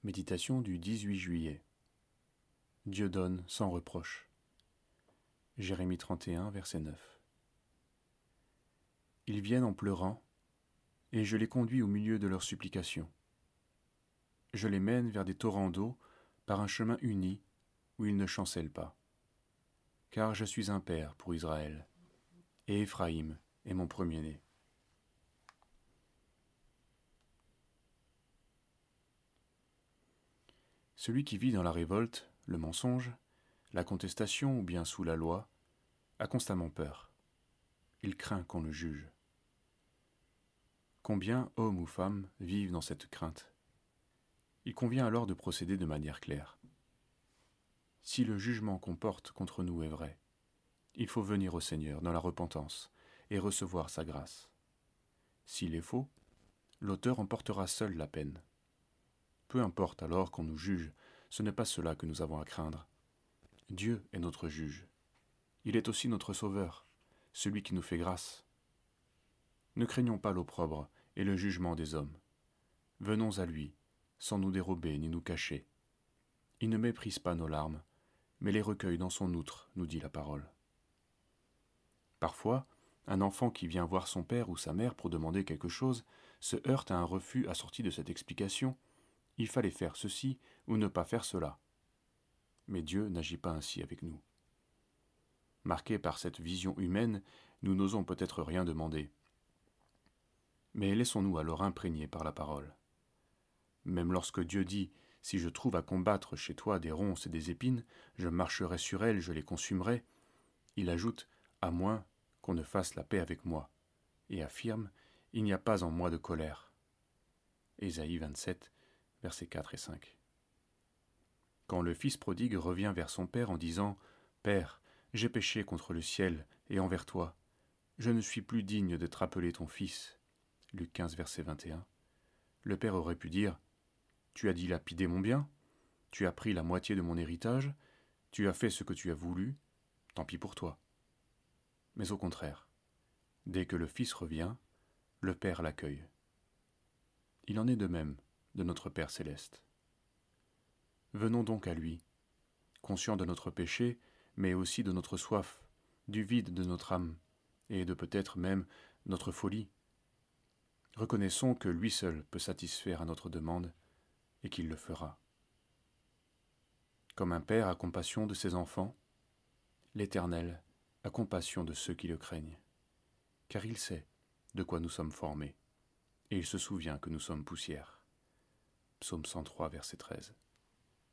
Méditation du 18 juillet. Dieu donne sans reproche. Jérémie 31, verset 9. Ils viennent en pleurant, et je les conduis au milieu de leurs supplications. Je les mène vers des torrents d'eau par un chemin uni où ils ne chancellent pas. Car je suis un père pour Israël, et Éphraïm est mon premier-né. Celui qui vit dans la révolte, le mensonge, la contestation ou bien sous la loi, a constamment peur. Il craint qu'on le juge. Combien, hommes ou femmes, vivent dans cette crainte? Il convient alors de procéder de manière claire. Si le jugement qu'on porte contre nous est vrai, il faut venir au Seigneur dans la repentance et recevoir sa grâce. S'il est faux, l'auteur en portera seul la peine. Peu importe alors qu'on nous juge, ce n'est pas cela que nous avons à craindre. Dieu est notre juge. Il est aussi notre sauveur, celui qui nous fait grâce. Ne craignons pas l'opprobre et le jugement des hommes. Venons à lui, sans nous dérober ni nous cacher. Il ne méprise pas nos larmes, mais les recueille dans son outre, nous dit la parole. Parfois, un enfant qui vient voir son père ou sa mère pour demander quelque chose se heurte à un refus assorti de cette explication. Il fallait faire ceci ou ne pas faire cela. Mais Dieu n'agit pas ainsi avec nous. Marqués par cette vision humaine, nous n'osons peut-être rien demander. Mais laissons-nous alors imprégner par la parole. Même lorsque Dieu dit « Si je trouve à combattre chez toi des ronces et des épines, je marcherai sur elles, je les consumerai », il ajoute « À moins qu'on ne fasse la paix avec moi », et affirme « Il n'y a pas en moi de colère ». Ésaïe 27, versets 4 et 5. Quand le fils prodigue revient vers son père en disant « Père, j'ai péché contre le ciel et envers toi, je ne suis plus digne d'être appelé ton fils », Luc 15, verset 21, le père aurait pu dire « Tu as dilapidé mon bien, tu as pris la moitié de mon héritage, tu as fait ce que tu as voulu, tant pis pour toi. » Mais au contraire, dès que le fils revient, le père l'accueille. Il en est de même de notre Père céleste. Venons donc à lui, conscients de notre péché, mais aussi de notre soif, du vide de notre âme, et de peut-être même notre folie. Reconnaissons que lui seul peut satisfaire à notre demande, et qu'il le fera. Comme un père a compassion de ses enfants, l'Éternel a compassion de ceux qui le craignent, car il sait de quoi nous sommes formés, et il se souvient que nous sommes poussière. Psaume 103, verset 13.